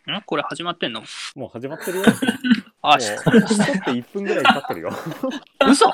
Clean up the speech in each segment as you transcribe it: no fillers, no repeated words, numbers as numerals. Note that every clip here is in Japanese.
これ始まってんの？ もう始まってるよ。 あ、 もう撮って1分ぐらい経ってるよ。 嘘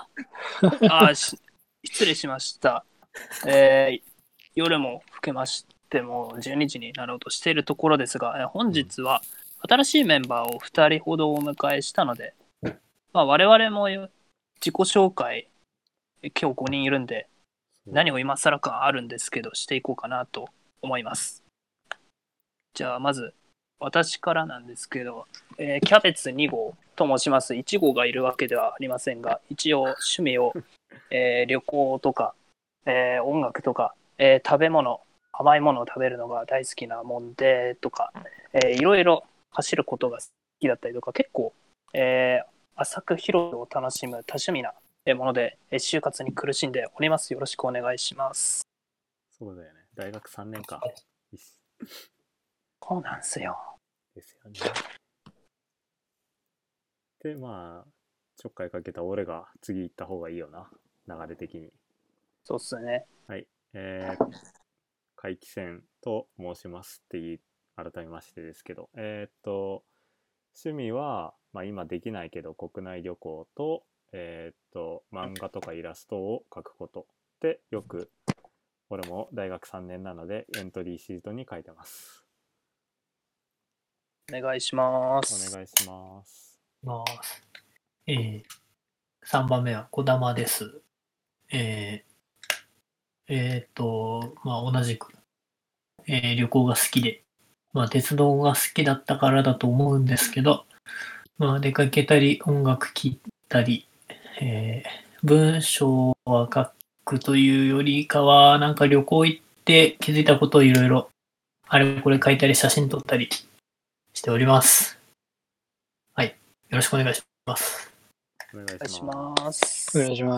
失礼しました。夜も更けまして、もう12時になろうとしているところですが、本日は新しいメンバーを2人ほどお迎えしたので、我々も自己紹介、今日5人いるんで、何を今更かあるんですけど、していこうかなと思います。じゃあ、まず、私からなんですけど、キャベツ2号と申します。1号がいるわけではありませんが、一応趣味を、旅行とか、音楽とか、食べ物、甘いものを食べるのが大好きなもんでとか、いろいろ走ることが好きだったりとか、結構、浅く広くを楽しむ多趣味なもので、就活に苦しんでおります。よろしくお願いします。 そうだよね。大学3年か。 そうなんすよ。 ですよね。で、まあ、ちょっかいかけた俺が次行った方がいいよな。流れ的に。 そうっすね。 はい。怪奇戦と申しますって言い、改めましてですけど、趣味は、今できないけど国内旅行と、漫画とかイラストを描くことで、よく俺も大学3年なのでエントリーシートに書いてます。 お願いしまおす。 願いします。 3番目は児玉です。同じく、旅行が好きで、鉄道が好きだったからだと思うんですけど、出かけたり、音楽聴いたり、文章は書くというよりかは、なんか旅行行って気づいたことをいろいろ、あれこれ書いたり、写真撮ったりしております。はい。よろしくお願いします。 お願いお願いししまます。 お願いします。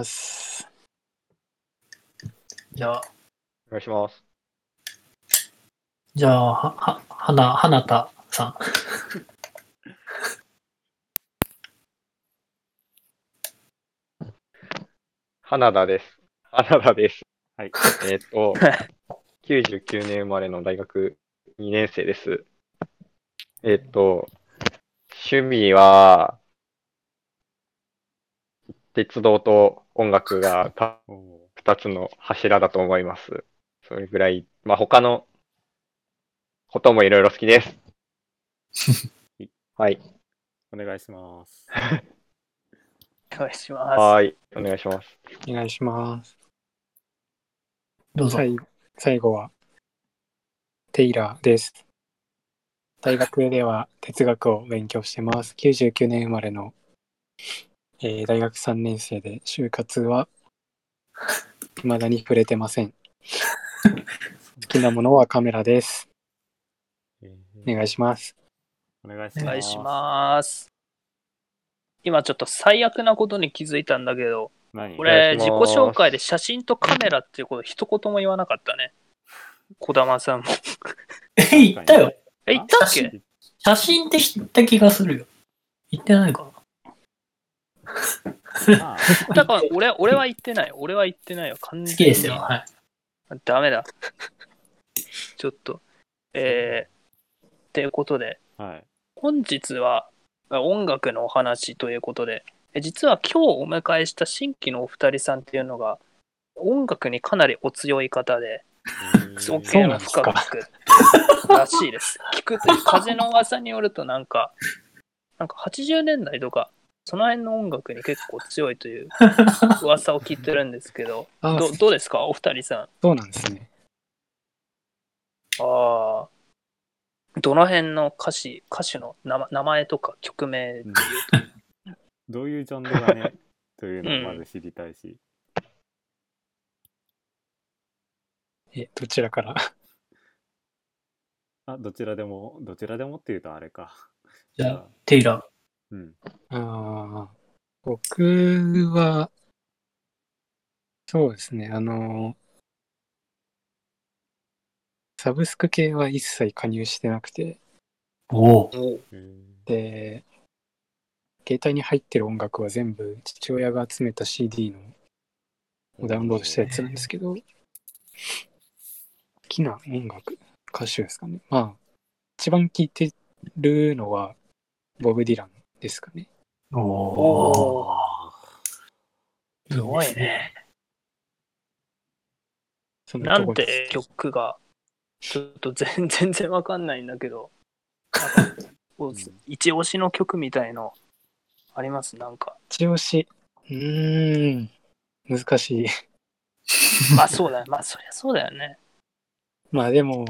じゃあ、 お願いします。 じゃあ、花田さん。 花田です。花田です。 はい。 99年生まれの大学2年生です。趣味は、鉄道と音楽が2つの柱だと思います。それぐらい、他のこともいろいろ好きです。はい。 お願いします。 お願いします。 はい。お願いします。 お願いします。 どうぞ。 最後は、テイラーです。大学では哲学を勉強してます。99年生まれの、大学3年生で、就活は未だに触れてません。好きなものはカメラです。お願いします。 お願いします。 お願いします。今ちょっと最悪なことに気づいたんだけど、これ自己紹介で写真とカメラっていうこと一言も言わなかったね。児玉さんも。 言ったよ。 言ったっけ？ 写真って言った気がするよ。言ってないかな。だから俺は言ってない。俺は言ってないよ。完全に。 好きですよ。はい。 ダメだ。ちょっと。っていうことで、 はい、 本日は音楽のお話ということで、実は今日お迎えした新規のお二人さんっていうのが音楽にかなりお強い方で、造形が深くらしいです。聞くと風の噂によるとなんか80年代とかその辺の音楽に結構強いという噂を聞いてるんですけど、どうですかお二人さん。 そうなんですね。 ああ。どの辺の歌手の名前とか曲名で言うと、 どういうジャンルがねというのをまず知りたいし、 どちらからどちらでもっていうとあれか。 じゃあテイラー。僕はそうですね。サブスク系は一切加入してなくて、で、携帯に入ってる音楽は全部父親が集めた CD のをダウンロードしたやつなんですけど、好きな音楽、歌手ですかね。一番聴いてるのはボブ・ディランですかね。 おー。 すごいですね。 そのなんとこですて曲が、ちょっと全然わかんないんだけど、なんかこう一押しの曲みたいのありますなんか。 一押し。難しい。 まあそうだよ。まあそりゃそうだよね。 まあでも、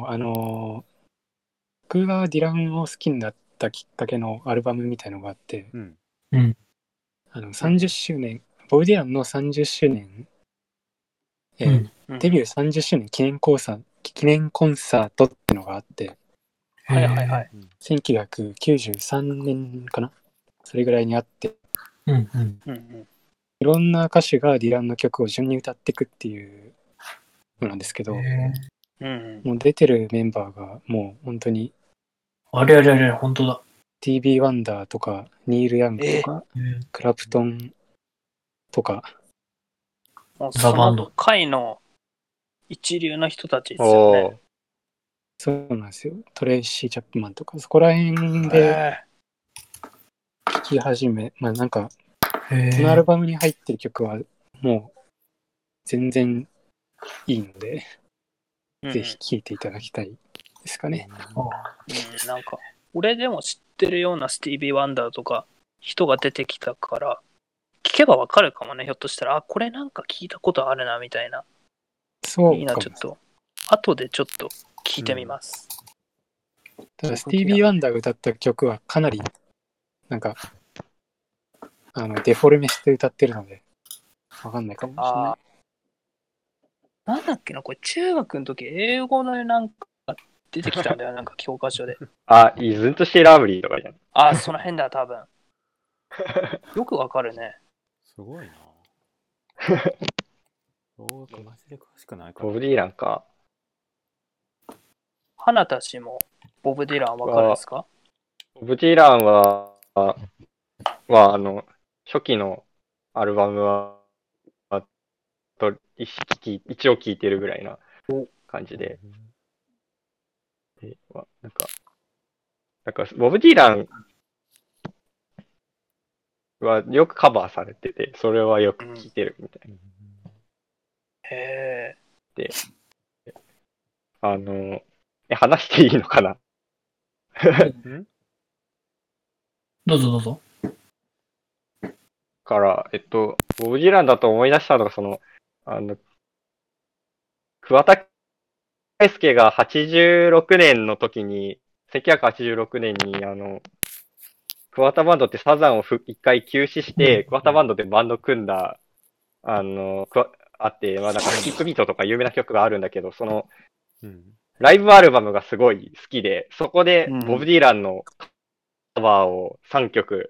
僕がディランを好きになったきっかけのアルバムみたいのがあって、 うん。 30周年、ボブ・ディランの30周年、 うん。 デビュー30周年記念コンサートっていうのがあって、 はいはいはい。 1993年かな、それぐらいにあって、 うんうん。 うんうんいろんな歌手がディランの曲を順に歌っていくっていうのなんですけど、 うんうんもう出てるメンバーがもう本当にあれあれあれ、本当だ。 TV ワンダーとかニール・ヤングとか、クラプトンとか、 もうザバンドその回の一流の人たちですよね。 おー。 そうなんですよ。トレイシー・チャップマンとか、そこら辺で聴き始め、まあなんか、このアルバムに入ってる曲はもう全然いいので、ぜひ聴いていただきたいですかね。 なんか、俺でも知ってるようなスティービー・ワンダーとか人が出てきたから、聞けばわかるかもね、ひょっとしたら。あ、これなんか聞いたことあるな、みたいな。いいな、 そうかもちょっと。後でちょっと聞いてみます。 ただスティービー・ワンダーが歌った曲はかなりなんかデフォルメして歌ってるのでわかんないかもしれない。 なんだっけな、これ中学の時、英語のなんか出てきたんだよ、なんか教科書で。 あ、イズントシーラブリーとかじゃん。 あ、その辺だ、多分。よくわかるね。 すごいな。マジで詳しくないかボブ・ディランか。 花田氏もボブ・ディランわかるんですか？ ボブ・ディランは、初期のアルバムは、一応聴いてるぐらいな感じで。なんか、ボブ・ディランはよくカバーされてて、それはよく聴いてるみたいな。 へで、話していいのかな？ どうぞどうぞ。 から、ボブ・ディランだと思い出したのが、桑田佳祐が86年の時に、1986年に、桑田バンドってサザンを一回休止して、桑田バンドでバンド組んだ、あって、まあなんか、キックビートとか有名な曲があるんだけど、ライブアルバムがすごい好きで、そこでボブ・ディランのカバーを3曲、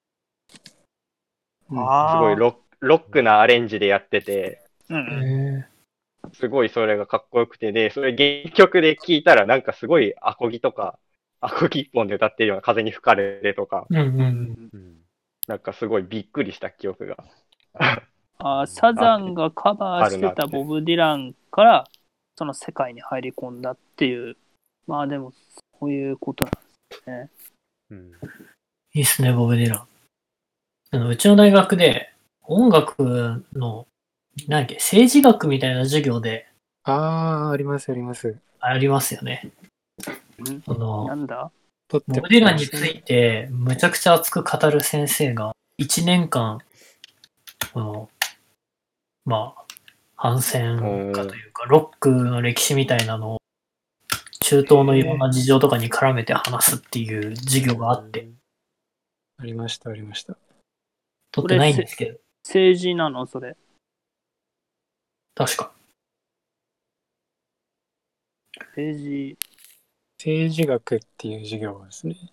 すごいロックなアレンジでやってて、すごいそれがかっこよくて、で、それ原曲で聴いたらなんかすごいアコギ一本で歌ってるような風に吹かれてとか、なんかすごいびっくりした記憶が。 サザンがカバーしてたボブ・ディランからその世界に入り込んだっていう、まあでもそういうことなんですね。 いいっすね、ボブ・ディラン。うちの大学で音楽の何だっけ、政治学みたいな授業でありますあります。 ありますよね。 なんだ？ ボブ・ディランについてむちゃくちゃ熱く語る先生が1年間まあ反戦歌というかロックの歴史みたいなのを中東のいろんな事情とかに絡めて話すっていう授業があって、 ありましたありました。 取ってないんですけど。 政治なのそれ？ 確か。 政治学っていう授業ですね。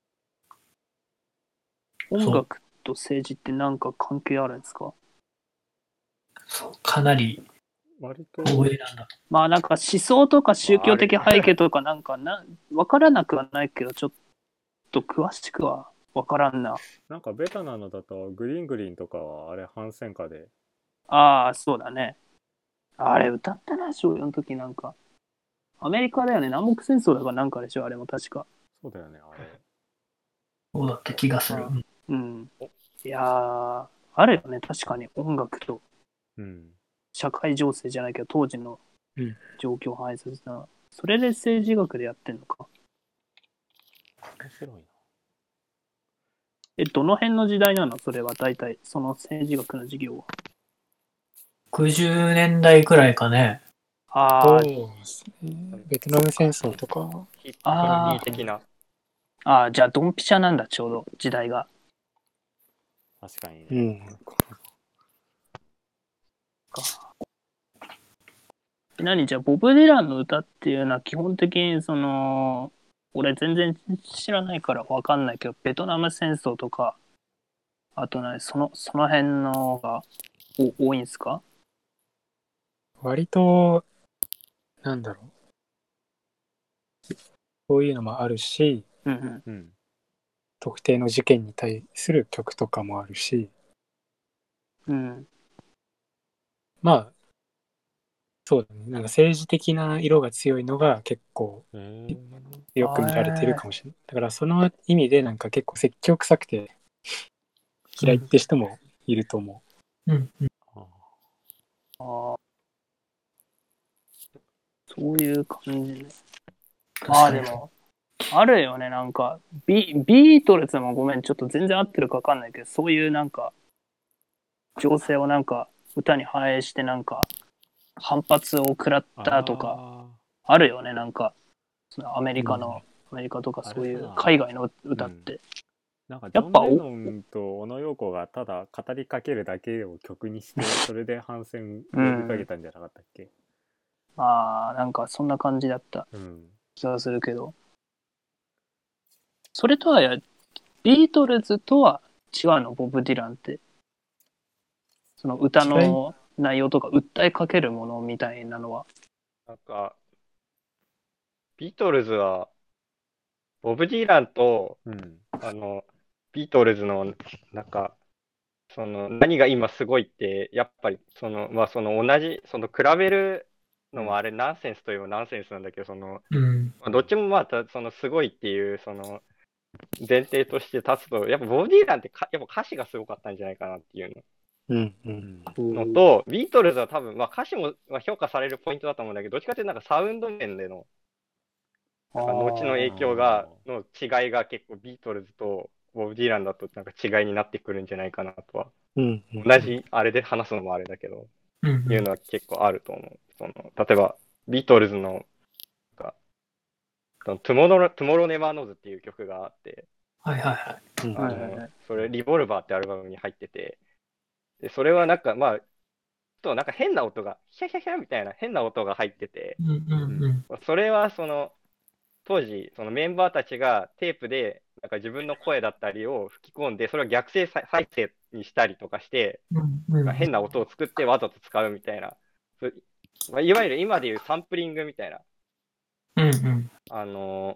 音楽と政治って何か関係あるんですか？ そう、かなり割と光栄なんだ。 まあなんか思想とか宗教的背景とかなんか分からなくはないけど、ちょっと詳しくは分からんな。 なんかベタなのだとグリーンとかはあれ反戦歌で。 ああ、そうだね。あれ歌ったな、小4の時なんか。アメリカだよね。南北戦争だからなんかでしょ、あれも確か。 そうだよね、あれ。 そうだった気がする。 うん。いやー、あるよね、確かに音楽とうん。 社会情勢じゃないけど、当時のうん状況を反映させた。それで政治学でやってんのか。 面白いな。 どの辺の時代なのそれは大体、その政治学の授業は。 60年代くらいかね。 あそうですね。ベトナム戦争とか、 ヒップホップ的な。 あ、じゃあドンピシャなんだ、ちょうど、時代が。 確かにうね。 ん。 何じゃあ、ボブ・ディランの歌っていうのは基本的にその、俺全然知らないからわかんないけど、ベトナム戦争とか、あとね、その辺のが多いんですか？ 割と、なんだろう。そういうのもあるし、 うんうん。 うん。 特定の事件に対する曲とかもあるし、 うん。 まあ、そうだね。なんか政治的な色が強いのが結構よく見られてるかもしれない。だからその意味でなんか結構説教臭くて嫌いって人もいると思うん。うん。 ああ、そういう感じね。ああ、 確かに。 でも、あるよね、なんか、ビートルズもごめん、ちょっと全然合ってるかわかんないけど、そういうなんか、情勢をなんか、歌に反映してなんか、反発を食らったとか、 ああるよね、なんか、そのアメう。 リカとかそういうあれだ海外の歌って。 なんかジョン・やっぱレノンと小野陽子がただ語りかけるだけを曲にして、それで反戦呼びかけたんじゃなかったっけ？ まあ、なんかそんな感じだったうん。 気がするけど、それとはビートルズとは違うの、ボブ・ディランって。その歌の内容とか訴えかけるものみたいなのは。 なんか、ビートルズは、ボブ・ディランと、 うん。 ビートルズの、なんか、何が今すごいって、やっぱり、同じ、比べるのもあれ、ナンセンスといえばナンセンスなんだけど、 うん。 どっちもまた、すごいっていう、前提として立つと、やっぱボブ・ディランってやっぱ歌詞がすごかったんじゃないかなっていううんう。 うんん。 のと、ビートルズは多分、まあ歌詞も評価されるポイントだと思うんだけど、どっちかっていうとなんかサウンド面での、なんか後の影響の違いが結構ビートルズとボブ・ディランだとなんか違いになってくるんじゃないかなとは。 うんうん。 同じあれで話すのもあれだけど、 うん。 いうのは結構あると思う。例えば、ビートルズの、なんかトゥモローネバーノーズっていう曲があって、 はいはいはい。 うんはいはいはい。 それ、リボルバーってアルバムに入ってて、で、それはなんか、まあ、なんか変な音が、ヒャヒャヒャみたいな変な音が入ってて、 うんうんそれは当時、そのメンバーたちがテープで、なんか自分の声だったりを吹き込んで、それを逆再生にしたりとかして、 うん。うん。 変な音を作ってわざと使うみたいな、まあ、いわゆる今でいうサンプリングみたいな、 うんうん。 あの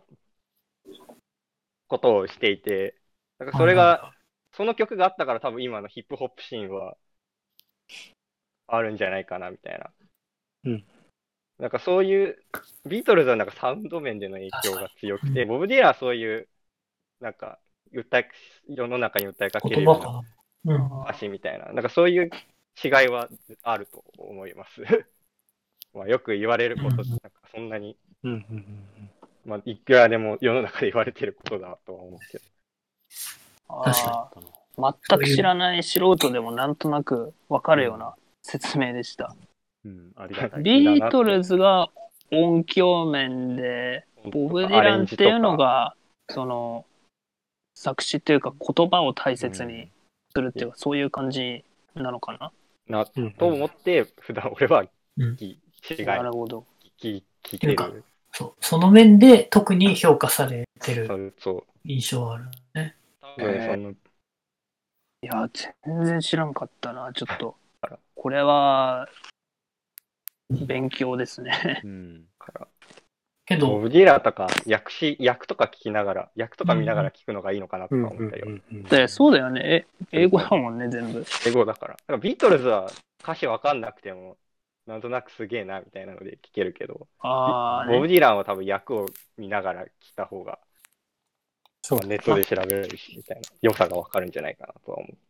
ことをしていて、なんかそれが、その曲があったから多分今のヒップホップシーンはあるんじゃないかなみたいな。 うん。 なんかそういう、ビートルズはなんかサウンド面での影響が強くて、ボブ・ディランはそういう、なんか、世の中に訴えかけるような言葉か。うん。 歌詞みたいな、なんかそういう違いはあると思います。まあよく言われること、なんかそんなに、 うんうんうんまあいくらでも世の中で言われてることだとは思うけど。 確かああ、全く知らない素人でもなんとなくわかるような説明でした。 うん。ありがたい。 ビートルズが音響面で、ボブ・ディランっていうのが、その、作詞っていうか言葉を大切にするっていうか、そういう感じなのかな。 うん。 と思って、普段俺はうん。 違いなるほど。 聞いていうかてる。 そう。その面で特に評価されてるそう。 印象はあるね。 多分いや、全然知らんかったな、ちょっと。これは、勉強ですね。 うん。 けど、 ボブ・ディランとか役とか聞きながら、役とか見ながら聞くのがいいのかなとか思ったりは。 で、そうだよね。英語だもんね、全部。 英語だから。だからビートルズは歌詞わかんなくても、なんとなくすげえなみたいなので聞けるけど、 ああ、 ボブ・ね。 ディランは多分役を見ながら聞いた方がそうまあネットで調べられるし、みたいな良さがわかるんじゃないかなとは思う。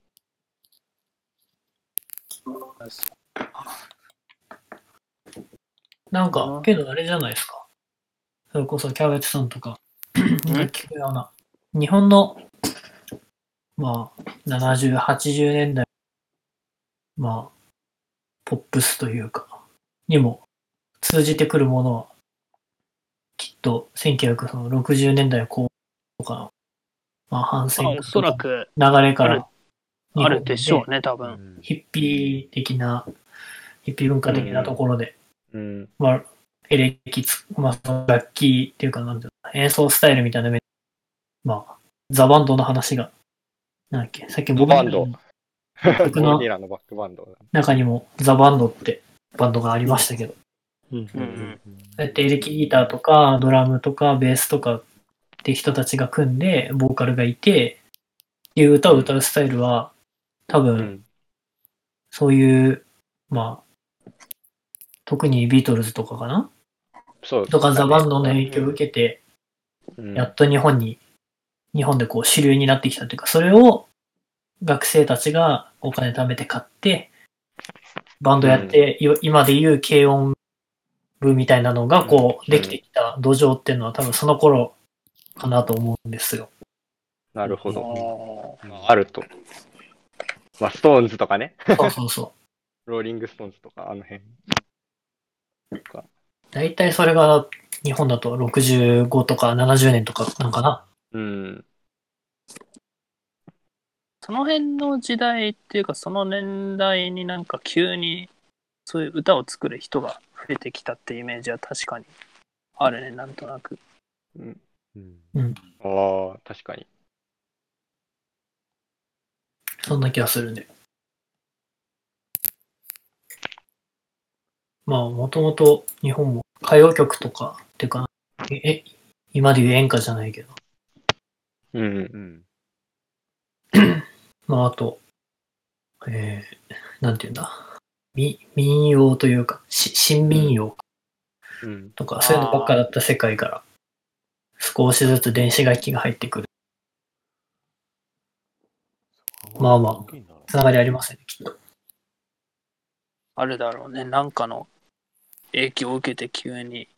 なんか、けどあれじゃないですか。それこそキャベツさんとか、聞くような、日本の、まあ、70、80年代、まあ、ポップスというか、にも通じてくるものは、きっと1960年代後半とかの、まあ、反戦おそらく流れからあるでしょうね、多分。 ヒッピー的な、ヒッピー文化的なところで、まあ、エレキまあ、その楽器っていうか、なんていうの、演奏スタイルみたいなまあ、ザ・バンドの話が、なんだっけ、さっき僕バンド。 僕のボディラのバックバンド。 中にもザ・バンドってバンドがありましたけど、 うんそうやってエレキギターとかドラムとかベースとかって人たちが組んで、ボーカルがいて、っていう歌を歌うスタイルは、多分、そういう、まあ、特にビートルズとかかなそうとかザ・バンドの影響を受けて、やっと日本でこう主流になってきたというか、それを学生たちがお金貯めて買って、バンドやって、今でいう軽音部みたいなのがこうできてきた土壌っていうのは多分その頃かなと思うんですよ。 なるほど。あると。まあ、ストーンズとかね。 そうそうそう。 ローリングストーンズとか、あの辺。 大体それが日本だと65とか70年とかなんかな。 その辺の時代っていうか、その年代になんか急にそういう歌を作る人が増えてきたってイメージは確かにあるね、なんとなく。 ああ、確かに。 そんな気がするね。まあ、もともと日本も歌謡曲とか、っていうか、今で言う演歌じゃないけど。まあ、あと、なんていうんだ。民謡というか、新民謡とか、そういうのばっかだった世界から、少しずつ電子楽器が入ってくる。まあまあ、つながりありますね、きっと。 あるだろうね、なんかの影響を受けて急に。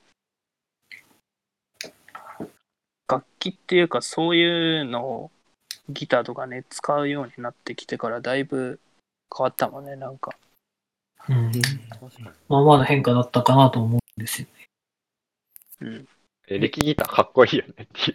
楽器っていうか、そういうのをギターとかね、使うようになってきてからだいぶ変わったもんね、なんか。 まあまあの変化だったかなと思うんですよね。 エレキギターかっこいいよねっていう。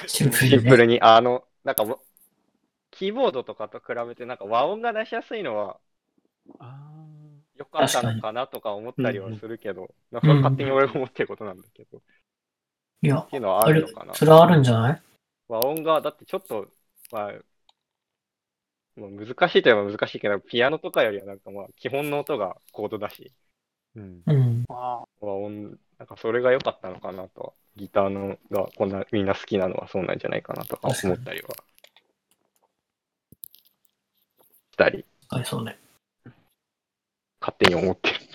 シンプルに、なんか、キーボードとかと比べて、なんか和音が出しやすいのは、良かったのかなとか思ったりはするけど、なんか勝手に俺が思ってることなんだけど。 いや、 っていうのはあるのかな。 それはあるんじゃない？ 和音が、だってちょっと、まあ、もう難しいといえば難しいけど、ピアノとかよりはなんかまあ、基本の音がコードだし、和音、なんかそれが良かったのかなと、ギターのがこんなみんな好きなのはそうなんじゃないかなとか思ったりはしたり、 そうね。 勝手に思ってる。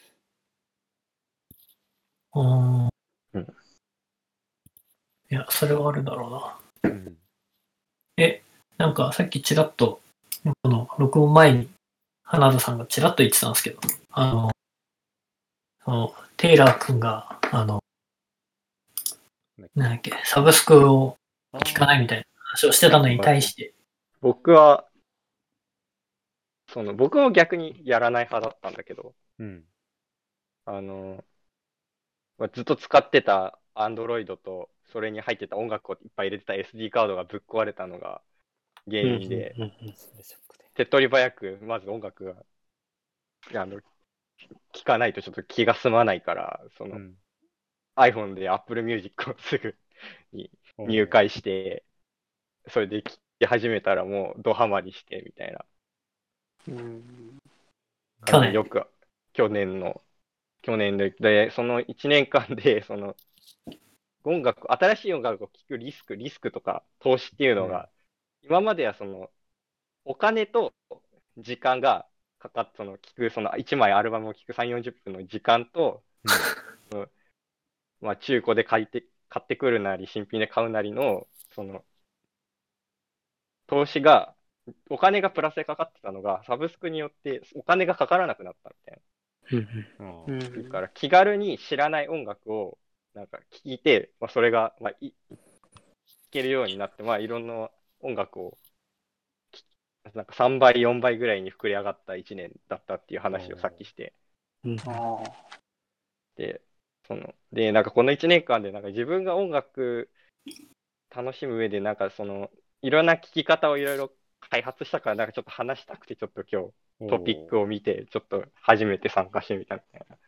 いや、それはあるだろうな。なんかさっきちらっと、この録音前に花田さんがちらっと言ってたんですけど、テイラー君が、なんだっけ、サブスクを聞かないみたいな話をしてたのに対して。 僕も逆にやらない派だったんだけど、ずっと使ってた Android と、それに入ってた音楽をいっぱい入れてた SD カードがぶっ壊れたのが原因で、手っ取り早く、まず音楽が、聞かないとちょっと気が済まないから、iPhone で Apple Music をすぐに入会して、それで聴き始めたらもうドハマりしてみたいな。去年で、その1年間で、新しい音楽を聴くリスクとか投資っていうのが、今まではお金と時間がかかって、1枚アルバムを聴く3、40分の時間と、まあ中古で買ってくるなり、新品で買うなりのその、投資が、お金がプラスでかかってたのが、サブスクによってお金がかからなくなったみたいうんな。だから気軽に知らない音楽をなんか聞いて、それが、聴けるようになって、いろんな音楽をなんか3倍、4倍ぐらいに膨れ上がった1年だったっていう話をさっきして、 うんで、なんかこの1年間でなんか自分が音楽楽しむ上で、なんかいろんな聴き方をいろいろ開発したから、なんかちょっと話したくて、ちょっと今日トピックを見て、ちょっと初めて参加してみたみたいな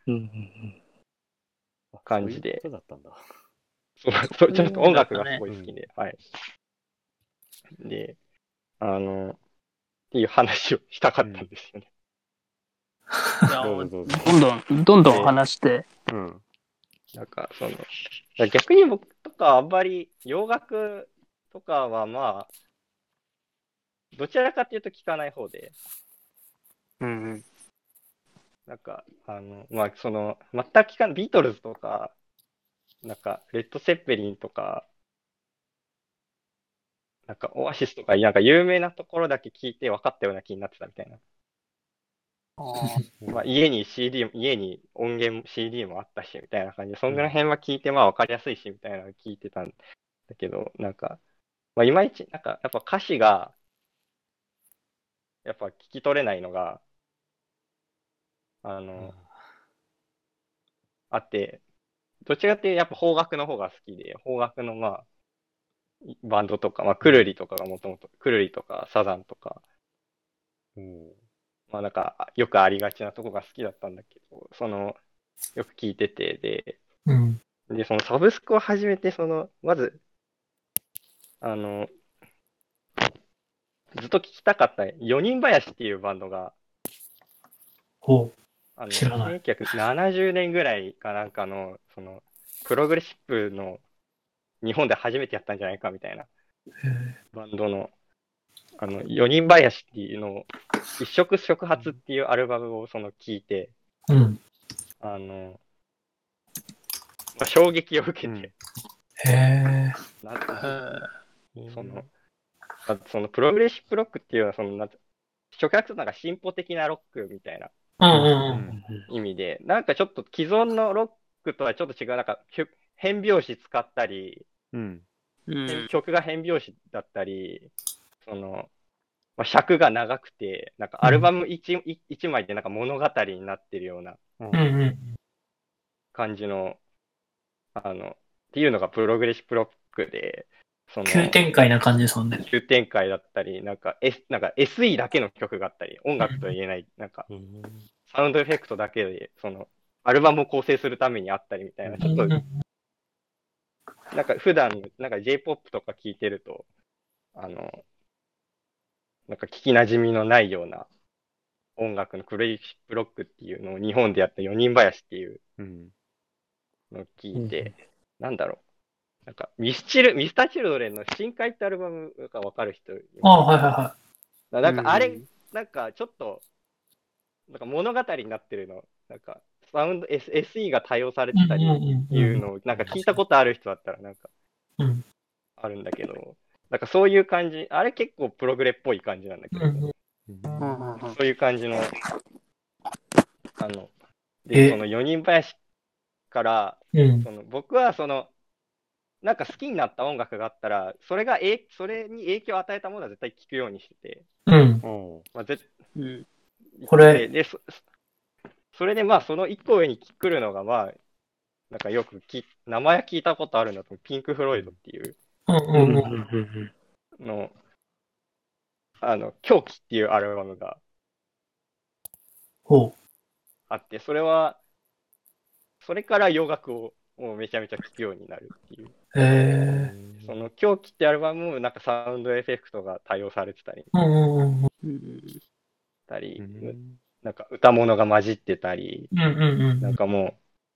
感じで。 そういうことだったんだ。 そうちょっと音楽がすごい好きで、はい。で、っていう話をしたかったんですよね。 いやどうぞどうぞどんどん話して。 なんか逆に僕とかあんまり洋楽とかはどちらかというと聞かない方で、なんか、全く聞かない、ビートルズとか、なんか、レッド・セッペリンとか、なんか、オアシスとか、なんか有名なところだけ聞いて分かったような気になってたみたいな。家に音源 CD もあったし、みたいな感じで、そんぐらい辺は聞いて、分かりやすいし、みたいなのを聞いてたんだけど、なんか、いまいち、なんか、やっぱ歌詞が、やっぱ聞き取れないのが、あって、どちらかっていうとやっぱ邦楽の方が好きで、邦楽のバンドとか、くるりとかがもともと、くるりとかサザンとか、なんかよくありがちなとこが好きだったんだけど、よく聞いてて、で、そのサブスクを始めて、まず、ずっと聞きたかった4人林っていうバンドが、 知らない。 1970年ぐらいかなんかの、プログレッシブの日本で初めてやったんじゃないかみたいなバンドの、4人林っていうのを、一触触発っていうアルバムを聞いて、衝撃を受けて、そのプログレッシブロックっていうのは、直訳するとなんか進歩的なロックみたいな意味で、なんかちょっと既存のロックとはちょっと違う、なんか変拍子使ったり、曲が変拍子だったり、尺が長くて、なんかアルバム 1枚でなんか物語になってるような感じの、っていうのがプログレッシブロックで、 急展開な感じですもんね。 急展開だったり、なんか SE だけの曲があったり、音楽とは言えない、なんか、サウンドエフェクトだけで、アルバムを構成するためにあったりみたいな、ちょっと、なんか普段、なんか J-POP とか聴いてると、なんか聞き馴染みのないような音楽のクレイシブロックっていうのを日本でやった4人林っていうのを聞いて、なんだろう。なんかミスターチルドレンの深海ってアルバムがわかる人います？なんかあれ、なんかちょっと、なんか物語になってるの、なんかサウンド、SE が多用されてたりいうのを、なんか聞いたことある人だったらなんかあるんだけど、なんかそういう感じ、あれ結構プログレっぽい感じなんだけど、そういう感じの、で、その4人林から、僕はなんか好きになった音楽があったら、それに影響を与えたものは絶対聞くようにしてて。 これ。 で、それでその一個上に来るのがなんかよく名前聞いたことあるんだと、ピンク・フロイドっていうの、狂気っていうアルバムがあって、それから洋楽をもうめちゃめちゃ聴くようになるっていう。その狂気ってアルバムもなんかサウンドエフェクトが多用されてたり、なんか歌物が混じってたり、なんかも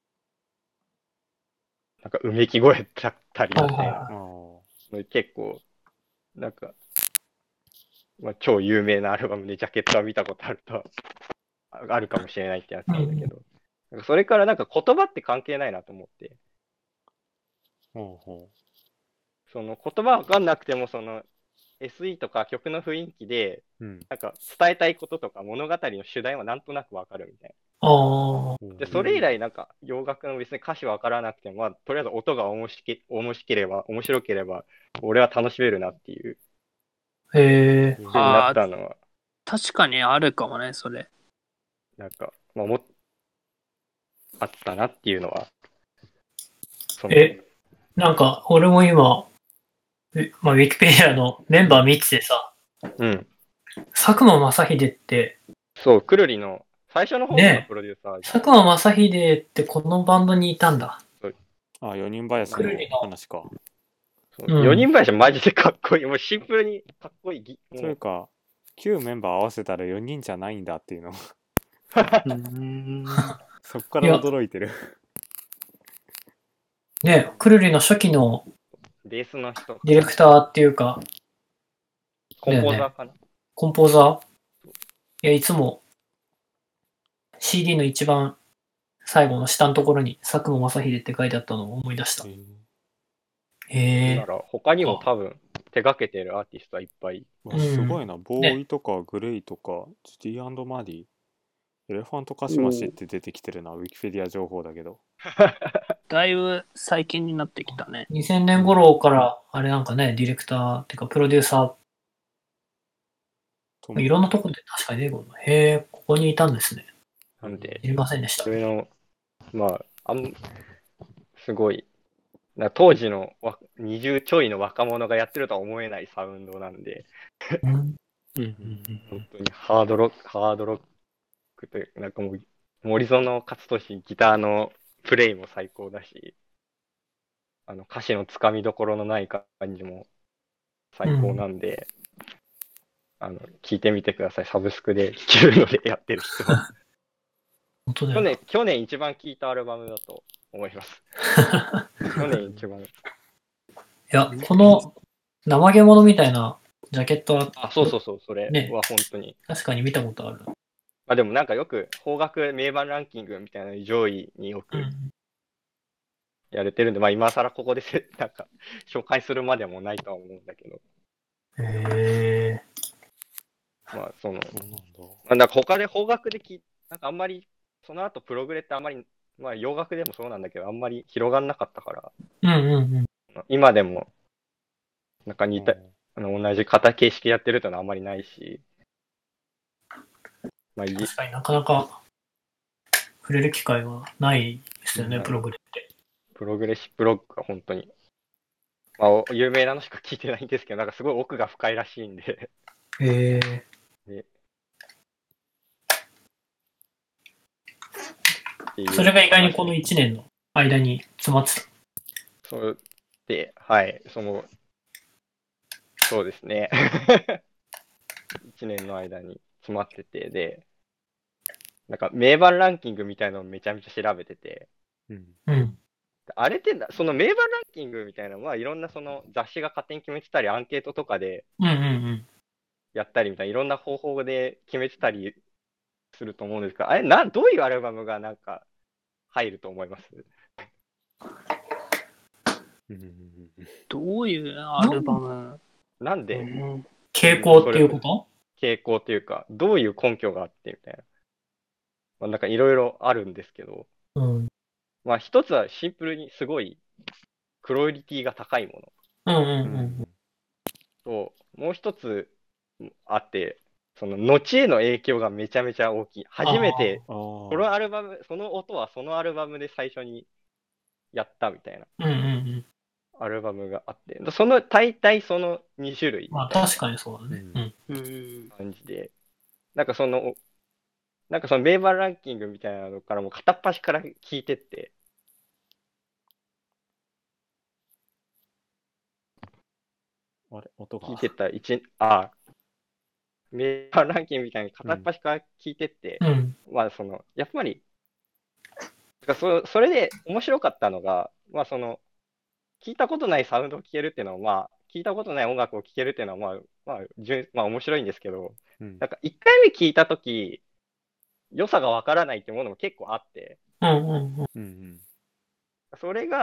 う、なんかうめき声だったりみたいな、結構、なんか、超有名なアルバムでジャケットは見たことあるかもしれないってやつなんだけど、なんかそれからなんか言葉って関係ないなと思って、 その言葉わかんなくても、その SE とか曲の雰囲気で、 うん。 なんか伝えたいこととか物語の主題はなんとなくわかるみたいああ、 な。で、それ以来なんか洋楽の別に歌詞わからなくても、まあ、とりあえず音が面白ければ、俺は楽しめるなっていうへえ、 風になったのは、 確かにあるかもね、それ。 なんか、まあ、あったなっていうのは、そのえ、なんか、俺も今、まあ、ウィキペディアのメンバー見ててさ、 うん。 佐久間正秀って、 そう、くるりの最初の方のねえプロデューサーじゃん。 佐久間正秀ってこのバンドにいたんだ。 あ、四人林のくるりの話か。 そううん 4人林はマジでかっこいい。もうシンプルにかっこいい。 というか、旧メンバー合わせたら4人じゃないんだっていうの。そっから驚いてる。 ねくるりの初期のベースの人、 ディレクターっていうか、 コンポーザーかな。 コンポーザーいや、いつも CD の一番最後の下のところに佐久間正秀って書いてあったのを思い出した。へえ。 だから他にも多分手掛けてるアーティストはいっぱい。 わすごいな。ボーイとかグレイとか、ジュディ&マディ、エレファントカシマシって出てきてるな。ウィキペディア情報だけど。 だいぶ最近になってきたね。 2000年頃から、あれなんかね、ディレクターっていうか、プロデューサー、いろんなところで確かに出てくるの。へえ、ここにいたんですね。 なんで、 知りませんでしたそ。れの、まあ、すごい、当時の20ちょいの若者がやってるとは思えないサウンドなんで、 うん本当にハードロックというか、なんかもう、森園勝利ギターのプレイも最高だし、歌詞のつかみどころのない感じも最高なんで、聞いてみてください。サブスクで聴けるのでやってる人は。 本当だよ。 去年一番聴いたアルバムだと思います。去年一番。 いや、この怠け者みたいなジャケットは、 あ、そう、それねは本当に。 確かに見たことある。 でもなんかよく邦楽名盤ランキングみたいなの上位によくうん。 やれてるんで、まあ今更ここでなんか紹介するまでもないとは思うんだけど、 へえ。 まあその、 そうなんだ。 なんか他で邦楽でなんかあんまり、その後プログレってあんまり、まあ洋楽でもそうなんだけど、あんまり広がんなかったから、 うん。 今でも、なんか同じ型形式やってるってのはあんまりないし、まあ確かになかなか触れる機会はないですよね、 うんプログレって。 プログレッシブロックが本当に、まあ有名なのしか聞いてないんですけど、なんかすごい奥が深いらしいんで、 へえ。 っていうそれが意外にこの1年の間に詰まってた。 そうで、はい、そうですね。1年の間に詰まってて、で、なんか名盤ランキングみたいなのをめちゃめちゃ調べてて、 うん。 あれってその名盤ランキングみたいなのはいろんなその雑誌が勝手に決めてたり、アンケートとかでうん。 やったりみたいな、いろんな方法で決めてたりすると思うんですが、あれ、どういうアルバムがなんか入ると思います？ どういうアルバム？ なんで傾向っていうこと？ 傾向っていうか、どういう根拠があってみたいな。まあ、なんかいろいろあるんですけど、 うん。 まあ一つはシンプルにすごいクオリティが高いものと、もう一つあって、その後への影響がめちゃめちゃ大きい。初めて、その音はそのアルバムで最初にやったみたいなアルバムがあって、大体その2種類。 まあ確かにそうだね。 感じで、なんかその名盤ランキングみたいなのからも片っ端から聞いてって、 あれ音が聞いてった名盤ランキングみたいに片っ端から聞いてって、まあやっぱり、それで面白かったのが、まあ聞いたことないサウンドを聴けるっていうのは、まあ、聞いたことない音楽を聴けるっていうのは、まあ面白いんですけど、なんか1回目聞いたとき、良さがわからないっていうものも結構あって、それが、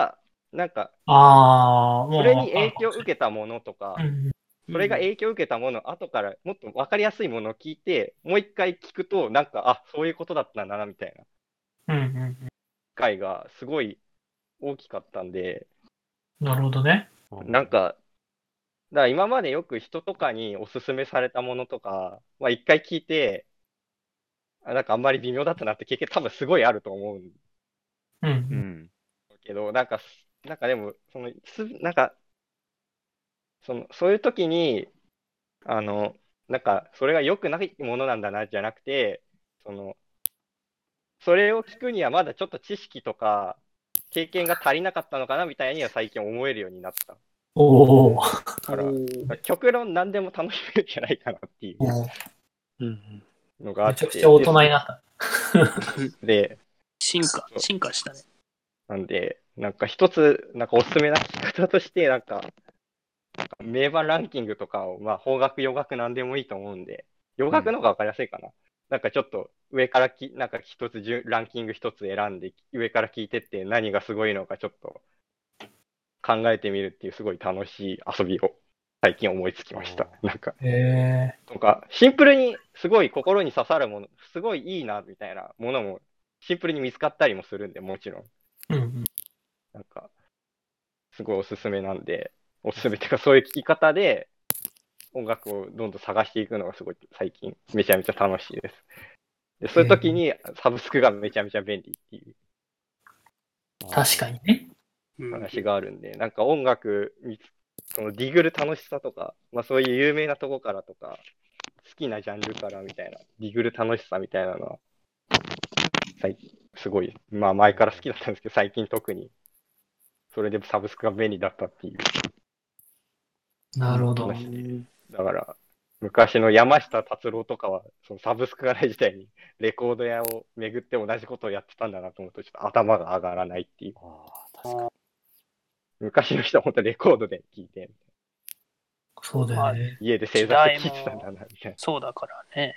なんか、 ああ、 それに影響を受けたものとか、 うんそれが影響を受けたもの、後からもっと分かりやすいものを聞いて、もう一回聞くと、なんか、あ、そういうことだったんだな、みたいなうんうん。 機会がすごい大きかったんで、 なるほどね。 なんか、だから今までよく人とかにおすすめされたものとか、まあ一回聞いて、なんかあんまり微妙だったなって経験多分すごいあると思うんうんう。 うんん。 だけど、なんかでも、なんか、そういう時に、なんか、それが良くないものなんだな、じゃなくて、その、それを聞くにはまだちょっと知識とか、経験が足りなかったのかな、みたいには最近思えるようになった。 おお。 から極論何でも楽しめるんじゃないかなっていううんのがあって。 めちゃくちゃ大人になった。 で、 進化したね。 なんで、なんか一つ、なんかおすすめな聞き方として、なんか名盤ランキングとかを、まあ、邦楽、洋楽なんでもいいと思うんで、洋楽の方がわかりやすいかな。なんかちょっと上からなんかランキング一つ選んで、上から聞いてって何がすごいのかちょっと考えてみるっていうすごい楽しい遊びを最近思いつきました。なんか、 へえ。 とか、シンプルにすごい心に刺さるもの、すごいいいなみたいなものもシンプルに見つかったりもするんで、もちろん。 うんうん。 なんか、すごいおすすめなんで、おすすめっていうかそういう聞き方で音楽をどんどん探していくのがすごい最近めちゃめちゃ楽しいです。でそういう時にサブスクがめちゃめちゃ便利っていう確かにね。 話があるんで、なんか音楽そのディグル楽しさとか、まあそういう有名なとこからとか、好きなジャンルからみたいな、ディグル楽しさみたいなのは、すごい、まあ前から好きだったんですけど、最近特に、それでサブスクが便利だったっていうなるほど。 話で。だから、昔の山下達郎とかは、そのサブスクがない時代に、レコード屋を巡って同じことをやってたんだなと思うと、ちょっと頭が上がらないっていう。 確かに。 昔の人は本当レコードで聴いて、 そうだよね。 家で正座して聴いてたんだな、みたいな。 そうだからね。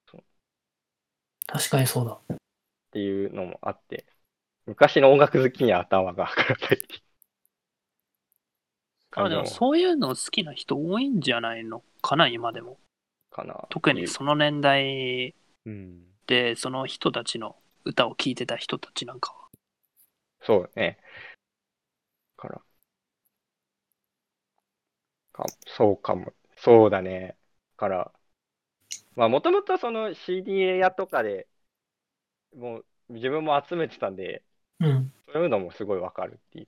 確かにそうだ。 っていうのもあって、昔の音楽好きには頭が上がらないっていう感じのでもそういうの好きな人多いんじゃないのかな、今でも。 かな。 特にその年代うん。 で、その人たちの歌を聴いてた人たちなんかは。 そうね。そうかも。そうだね。まあもともとその CD 屋とかでもう自分も集めてたんで、 うん。 そういうのもすごいわかるっていう。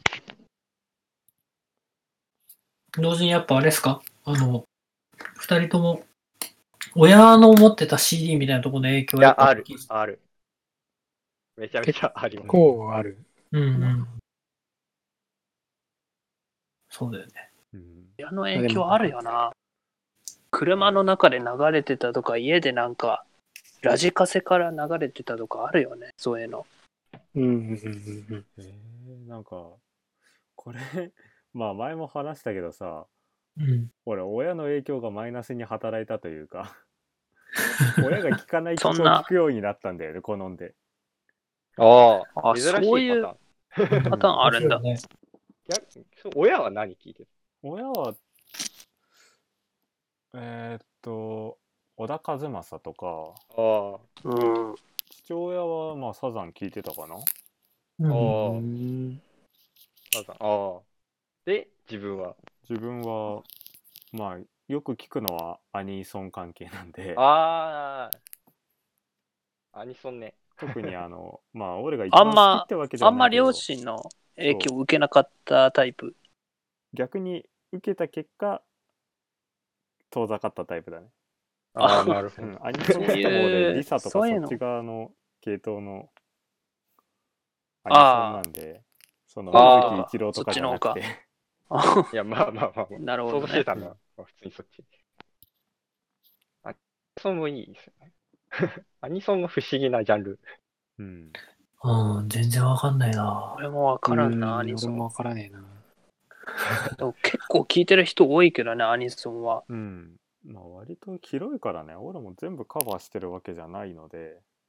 同時にやっぱあれですか二人とも、親の持ってた CD みたいなところの影響いや、 はやっぱある、ある。めちゃめちゃあります。 こうある。 うんうん。そうだよね。 うん。 親の影響あるよな。車の中で流れてたとか、家でなんか、ラジカセから流れてたとかあるよね、そういうの。 うんうんうんなんか、これ、まあ前も話したけどさ、 うん。 俺、親の影響がマイナスに働いたというか、親が聞かない曲をそんな聞くようになったんだよね、好んで。 ああ、 あ珍しいパタそういうーン。 パターンあるんだ。 ね。 親は何聞いてる？ 親は、小田和正とか、 あうん。 父親はまあサザン聞いてたかな。 うん。 あ、 うん。 ああ。で、自分は。 自分は、まあ、よく聞くのはアニソン関係なんで、 ああ、アニソンね。 特にまあ、俺が一番好きってわけであんまはないけど、 両親の影響を受けなかったタイプ。 逆に受けた結果、遠ざかったタイプだね。 ああ、なるほど。 うん、アニソンって言っても俺、リサとかそういうのそっち側の系統のアニソンなんで、そのあー水木一郎とかじゃなくて、 いや、まあまあまあ、 なるほどね想像してたのは、まあ普通にそっち。アニソンもいいですよね。アニソンも不思議なジャンル。 うん、 うん、全然わかんないな。 俺もわからんな、アニ俺ソン。 もわからねえな。 でも結構聞いてる人多いけどね、アニソンは。 うん、まあ割と広いからね、俺も全部カバーしてるわけじゃないので、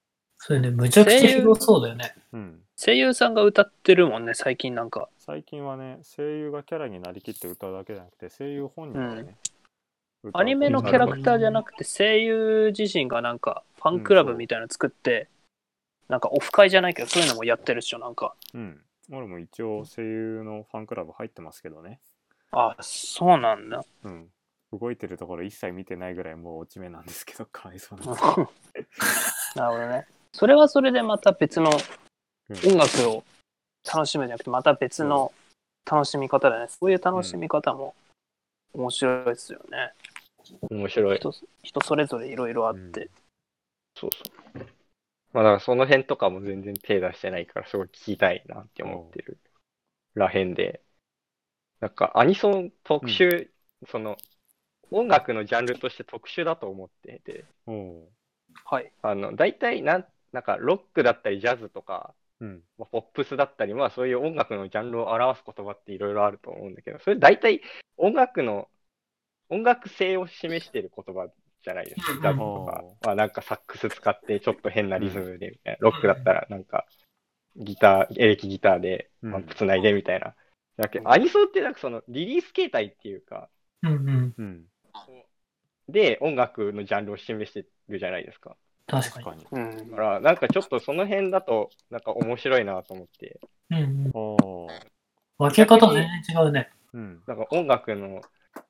それね、むちゃくちゃ広そうだよね。 うん。 声優さんが歌ってるもんね、最近なんか。 最近はね、声優がキャラになりきって歌うだけじゃなくて、声優本人がね、歌うアニメのキャラクターじゃなくくて、声優自身がなんか、ファンクラブみたいなの作って、なんかオフ会じゃないけど、そういうのもやってるっしょ、なんか。 うん。俺も一応声優のファンクラブ入ってますけどね。 あ、そうなんだ。 うん。動いてるところ一切見てないぐらいもう落ち目なんですけど、かわいそうなんなでするほどね。それはそれでまた別の音楽を楽しむじゃなくて、また別の楽しみ方だね。そういう楽しみ方も面白いですよね。 面白い。 人それぞれいろいろあって。 そうそう。まあだからその辺とかも全然手出してないから、すごい聞きたいなって思ってるらへんで。なんかアニソン特殊、その音楽のジャンルとして特殊だと思ってて、 おう。 はい。 大体なんかロックだったりジャズとか、 うん。 まあポップスだったり、まあそういう音楽のジャンルを表す言葉っていろいろあると思うんだけど、それ大体音楽性を示している言葉じゃないですか。ジャズとか、まあなんかサックス使ってちょっと変なリズムでみたいな。ロックだったらなんかエレキギターでマンプつないでみたいな。だけどアニソンってなんかそのリリース形態っていうか、 うん。 で音楽のジャンルを示してるじゃないですか。 確かに。 うんだからなんかちょっとその辺だとなんか面白いなと思って、 おう。 分け方全然違うね。 うん。 なんか音楽の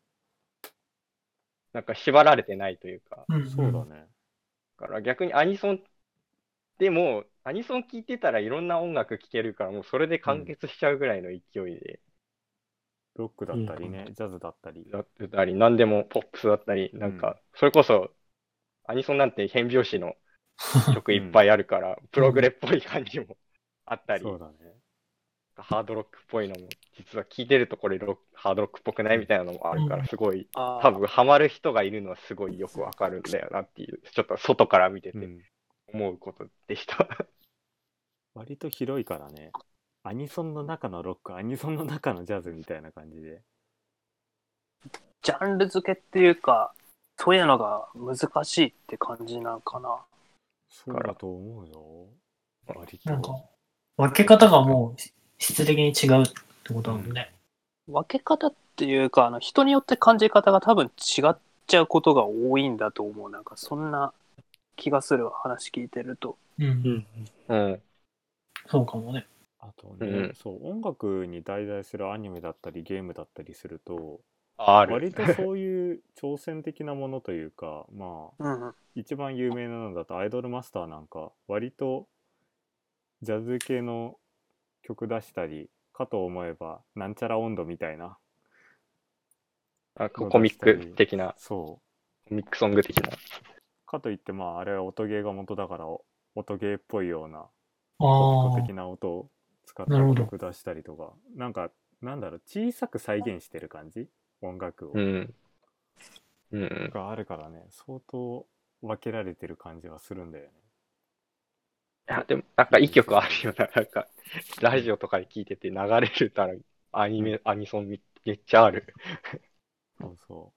なんか縛られてないというか、 そうだね。 だから逆にアニソンでも、アニソン聴いてたらいろんな音楽聴けるから、もうそれで完結しちゃうぐらいの勢いで、 ロックだったりね、ジャズだったり。 だったり、何でもポップスだったり、なんか、それこそ、アニソンなんて変拍子の曲いっぱいあるから、プログレっぽい感じもあったり、 そうだね。 ハードロックっぽいのも、実は聴いてるとこれハードロックっぽくないみたいなのもあるから、すごい、多分ハマる人がいるのはすごいよくわかるんだよなっていう、ちょっと外から見てて思うことでした。 割と広いからね。アニソンの中のロック、アニソンの中のジャズみたいな感じで。 ジャンル付けっていうか、そういうのが難しいって感じなんかな。 そうだと思うよ。割と。 なんか、分け方がもう質的に違うってことだもんね。 分け方っていうか、人によって感じ方が多分違っちゃうことが多いんだと思う。なんかそんな気がするわ、話聞いてると。 そうかもね。 あとね、そう、音楽に題材するアニメだったりゲームだったりすると、割とそういう挑戦的なものというか、まあ、一番有名なのだとアイドルマスターなんか、割とジャズ系の曲出したり、かと思えば、なんちゃら温度みたいな。 コミック的な。 そう。 コミックソング的な。 かといって、まあ、あれは音ゲーが元だから、音ゲーっぽいような、ポップ的な音を使った曲出したりとか、なんか、なんだろう、小さく再現してる感じ音楽を。があるからね、相当分けられてる感じはするんだよね。 いや、でも、なんかいい曲あるよな。なんか、ラジオとかで聞いてて流れるたら、アニソンめっちゃある。 そうそう。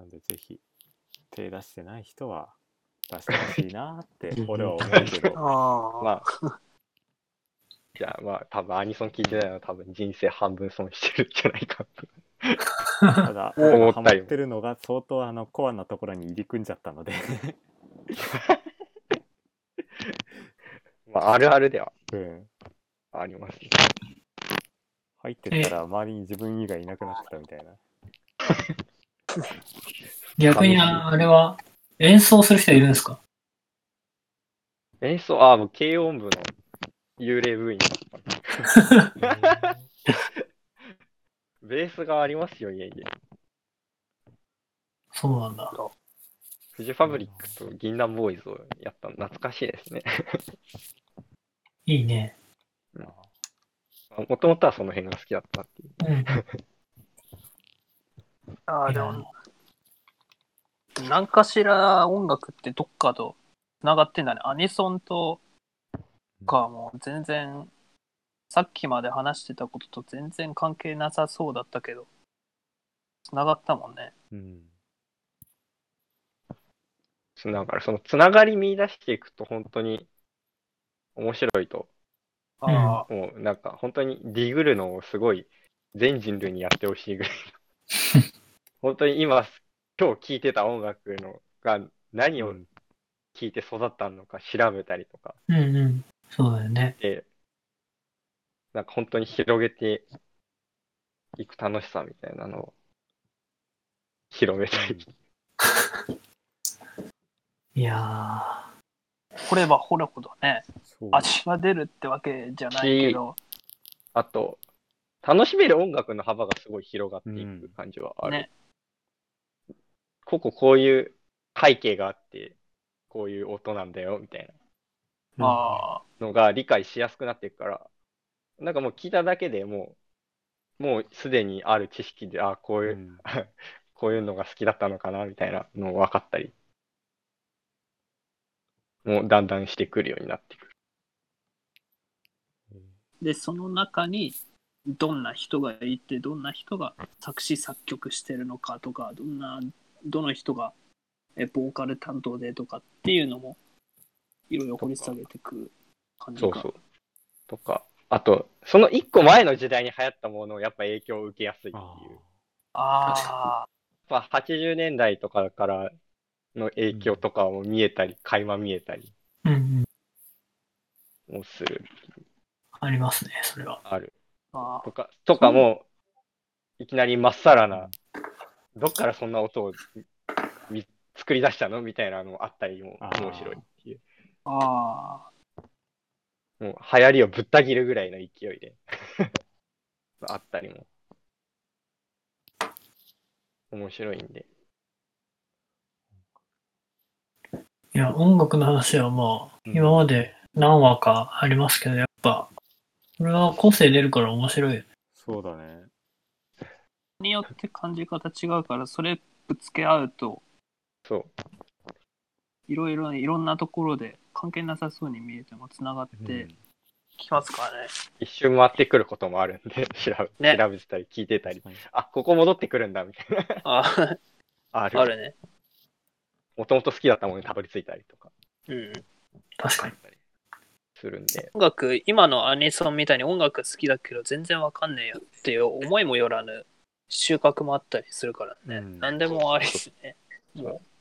なんでぜひ、手出してない人は出してほしいなって俺は思うけど。 まあ、じゃあまあ、多分アニソン聞いてないのは多分人生半分損してるんじゃないかと。 ただ、ハマってるのが相当コアなところに入り組んじゃったのでまあ、あるあるではありますね。 入ってったら周りに自分以外いなくなってたみたいな。 逆にあれは演奏する人いるんですか？ 演奏、もう軽音部の幽霊部員。ベースがありますよ、家。 そうなんだ。 フジファブリックと銀杏ボーイズをやったの懐かしいですね。 いいね。 もともとはその辺が好きだったっていう。 でも、何かしら音楽ってどっかと繋がってんだね。アニソンとかも全然、さっきまで話してたことと全然関係なさそうだったけど、繋がったもんね。 だからそのつながり見出していくと本当に面白いと、 ああ、 もうなんか本当にディグるのをすごい全人類にやってほしいぐらいの本当に今日聴いてた音楽のが何を聴いて育ったのか調べたりとかうんうん。そうだよね。 で、なんか本当に広げていく楽しさみたいなのを広めたい。 いや掘れば掘るほどね、 そう味が出るってわけじゃないけど、 あと、楽しめる音楽の幅がすごい広がっていく感じはある。 ね。 こういう背景があって、こういう音なんだよ、みたいー。 ああ、 なのが理解しやすくなっていくから、なんかもう聞いただけでもうすでにある知識で、こういう、こういうのが好きだったのかな、みたいなの分かったり、もうだんだんしてくるようになってくる。 で、その中に、どんな人がいて、どんな人が作詞作曲してるのかとか、どの人がボーカル担当でとかっていうのも、いろいろ掘り下げていく感じか。 そうそう。とか、あと、その一個前の時代に流行ったものをやっぱ影響を受けやすいっていう。 あやっぱ80年代とかからの影響とかも見えたり、垣間見えたりうんうん。 もする。 ありますね、それは。 ある。 あ、 とかも、いきなりまっさらな、どっからそんな音を作り出したのみたいなのもあったりも面白いっていう。 あもう流行りをぶった切るぐらいの勢いであったりも面白いんで。 いや、音楽の話はまあ、今まで何話かありますけど、やっぱ、これは個性出るから面白いよね。 そうだね。 によって感じ方違うから、それぶつけ合うと、 そう。 いろんなところで関係なさそうに見えてもつながってきますからね。 一周回ってくることもあるんで、調べてたり聞いてたり、ここ戻ってくるんだみたいな。あるね。 もともと好きだったものにたどり着いたりとか。 うん。 確かに。 するんで。 音楽、今のアニソンみたいに音楽好きだけど全然わかんねえよっていう思いもよらぬ収穫もあったりするからね。何でもありですね。もう。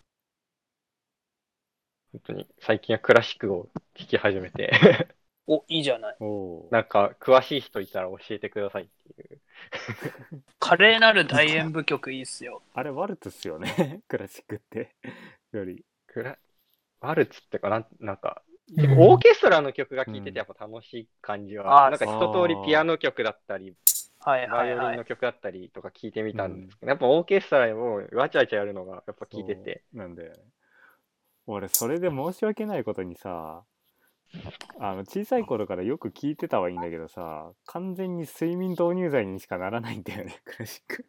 本当に最近はクラシックを聴き始めてお、いいじゃない。 なんか詳しい人いたら教えてくださいっていう。 華麗なる大演舞曲いいっすよ。 あれワルツっすよね。クラシックってより。 ワルツってかなんか、オーケストラの曲が聴いててやっぱ楽しい感じは、なんか一通りピアノ曲だったり、バイオリンの曲だったりとか聴いてみたんですけど、やっぱオーケストラでもわちゃわちゃやるのがやっぱ聴いてて。 なんだよね。俺それで申し訳ないことにさ、小さい頃からよく聞いてたはいいんだけどさ、完全に睡眠導入剤にしかならないんだよね、クラシック。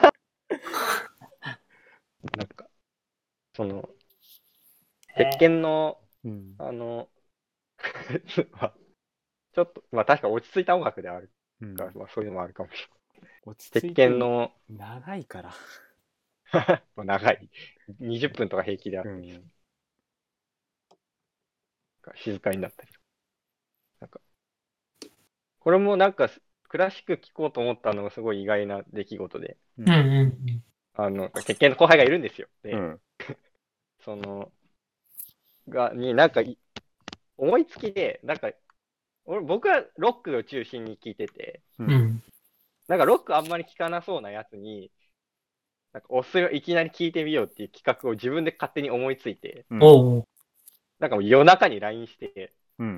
なんか、その、鉄拳の、ちょっと、まあ確か落ち着いた音楽であるから、まあそういうのもあるかもしれない。 落ち着いて鉄拳の、 長いから。 長い。20分とか平気であって、静かになったりとか。なんか、これもなんか、クラシック聴こうと思ったのがすごい意外な出来事で。鉄拳の後輩がいるんですよ。で、その、なんか、思いつきで、なんか、僕はロックを中心に聴いてて、なんかロックあんまり聴かなそうなやつに、なんかいきなり聴いてみようっていう企画を自分で勝手に思いついて、なんかもう夜中に LINE して、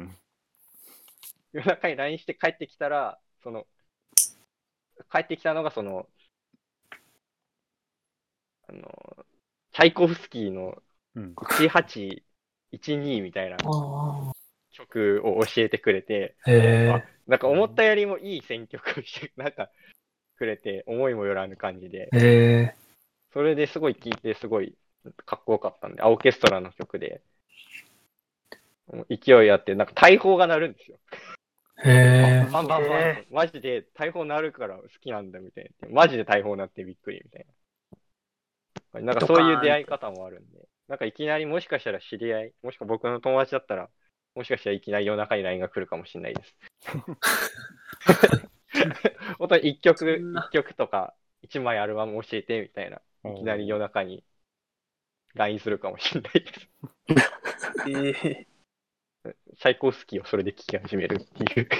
夜中に LINE して帰ってきたら、帰ってきたのがチャイコフスキーの1812みたいな曲を教えてくれて、なんか思ったよりもいい選曲をしてなんかくれて、思いもよらぬ感じで、それですごい聴いて、すごいかっこよかったんで、オーケストラの曲で、勢いあって、なんか大砲が鳴るんですよ。バンバンバンと。マジで大砲鳴るから好きなんだみたいな。マジで大砲鳴ってびっくりみたいな。なんかそういう出会い方もあるんで。 なんかいきなりもしかしたら知り合い、もしくは僕の友達だったら、もしかしたらいきなり夜中に LINE が来るかもしれないです。本当に一曲とか、一枚アルバム教えてみたいな、いきなり夜中に LINE するかもしれないです。チャイコフスキーをそれで聴き始めるっていう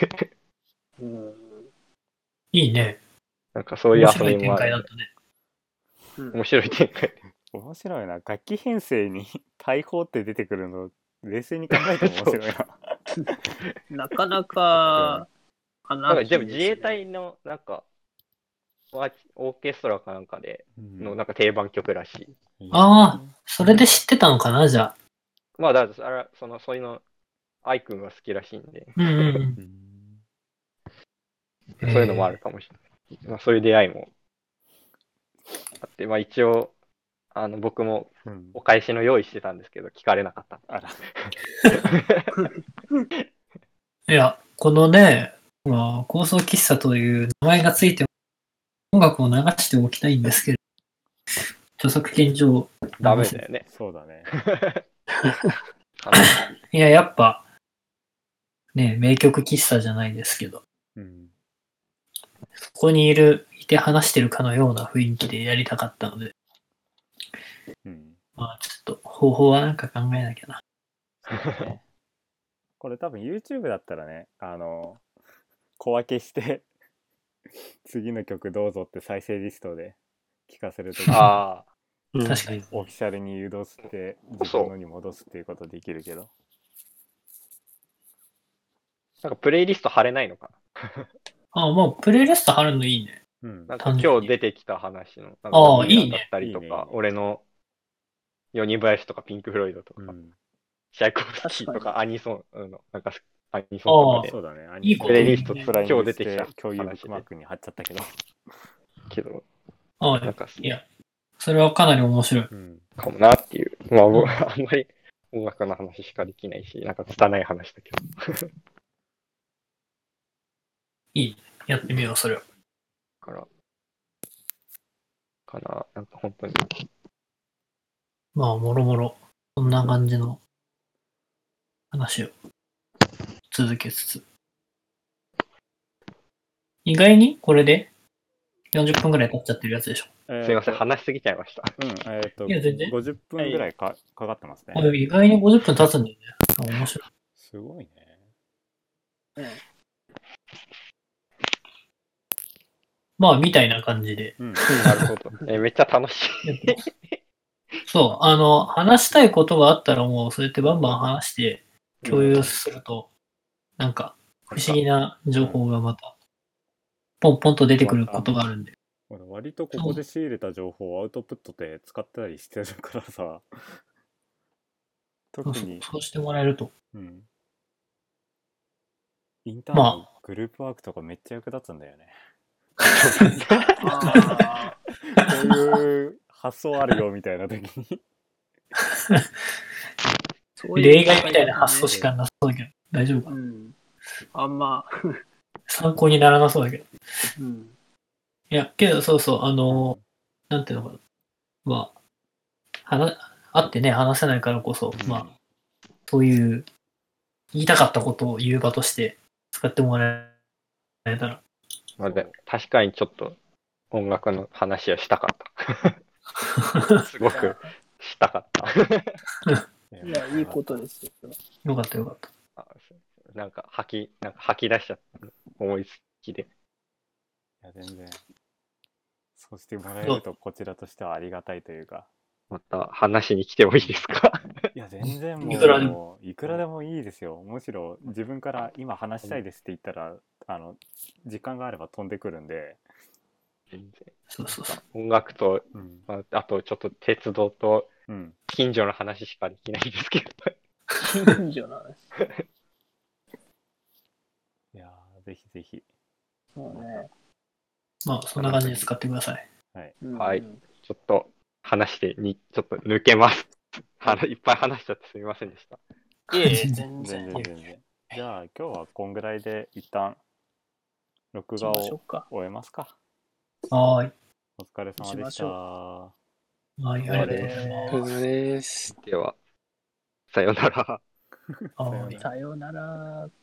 いいね。 なんかそういう遊びもある。 面白い展開だったね。 面白い展開。 面白いな。楽器編成に大砲って出てくるの、冷静に考えても面白いな。 なかなか、 なんかでも自衛隊のなんかオーケストラかなんかでのなんか定番曲らしい。 ああ、それで知ってたのかな、じゃあ。 まあだからそういうのアイくんが好きらしいんで、そういうのもあるかもしれない。まあそういう出会いもあって、まあ一応僕もお返しの用意してたんですけど聞かれなかった。 いや、このね、まあ、高層喫茶という名前がついて音楽を流しておきたいんですけど、著作権上ダメだよね。 そうだね。 いや、やっぱ、ね、名曲喫茶じゃないですけど、そこにいて話してるかのような雰囲気でやりたかったので、まあちょっと方法はなんか考えなきゃな。 これ多分 YouTube だったらね、小分けして次の曲どうぞって再生リストで聞かせるときに確かにオフィシャルに誘導して自分のに戻すっていうことできるけど、 なんかプレイリスト貼れないのかな。もうプレイリスト貼るのいいね。 なんか今日出てきた話のいいねだったりとか、俺のヨニバヤシとかピンク・フロイドとか、チャイコフスキーとかアニソンのなんかアニソンとかで、 そうだね。 いいプレイリスト今今日出てきた共有ブックマークに貼っちゃったけど。 なんかいや、それはかなり面白い。 かもなっていう。まあ、あんまり音楽の話しかできないし、なんか拙い話だけど。 いい。やってみよう、それを。 かな、なんか本当に。 まあ、もろもろ、こんな感じの話を続けつつ。意外にこれで40分ぐらい経っちゃってるやつでしょ。 すいません、話しすぎちゃいました。 いや全然 50分ぐらいかかってますね。 意外に50分経つんだよね。面白い。 すごいね。 まあ、みたいな感じで。 なるほど。めっちゃ楽しい。 そう、話したいことがあったらもう、そうやってバンバン話して共有すると、なんか、不思議な情報がまた、ポンポンと出てくることがあるんで。 割とここで仕入れた情報をアウトプットで使ったりしてるからさ。特にそうしてもらえると。 インターンのグループワークとかめっちゃ役立つんだよね。こういう発想あるよみたいな時に例外みたいな発想しかなさそうだけど、大丈夫かな、 あんま参考にならなそうだけど。いや、けどそうそう、なんていうのかな。まあ、会ってね、話せないからこそ、まあ、そういう言いたかったことを言う場として使ってもらえたら。 まあ、確かにちょっと音楽の話はしたかった。すごくしたかった。 いや、いいことですよ。 よかったよかった。 なんか吐き出しちゃった思いつきで。 いや、全然。そうしてもらえるとこちらとしてはありがたいというか。 また話に来てもいいですか？ いや、全然もういくらでもいいですよ。むしろ自分から今話したいですって言ったら、時間があれば飛んでくるんで。 全然。 そう音楽と、あとちょっと鉄道と近所の話しかできないんですけど。 近所の話。 いやー、ぜひぜひ。 そうね。 まあ、そんな感じで使ってください。 はい。ちょっと話してちょっと抜けます。いっぱい話しちゃってすみませんでした。 いえ、全然。 じゃあ今日はこんぐらいで一旦録画を終えますか。 はい。 お疲れ様でした。 はい、ありがとうございお疲ます。 れ様です。 では、さようなら。 はいさようなら。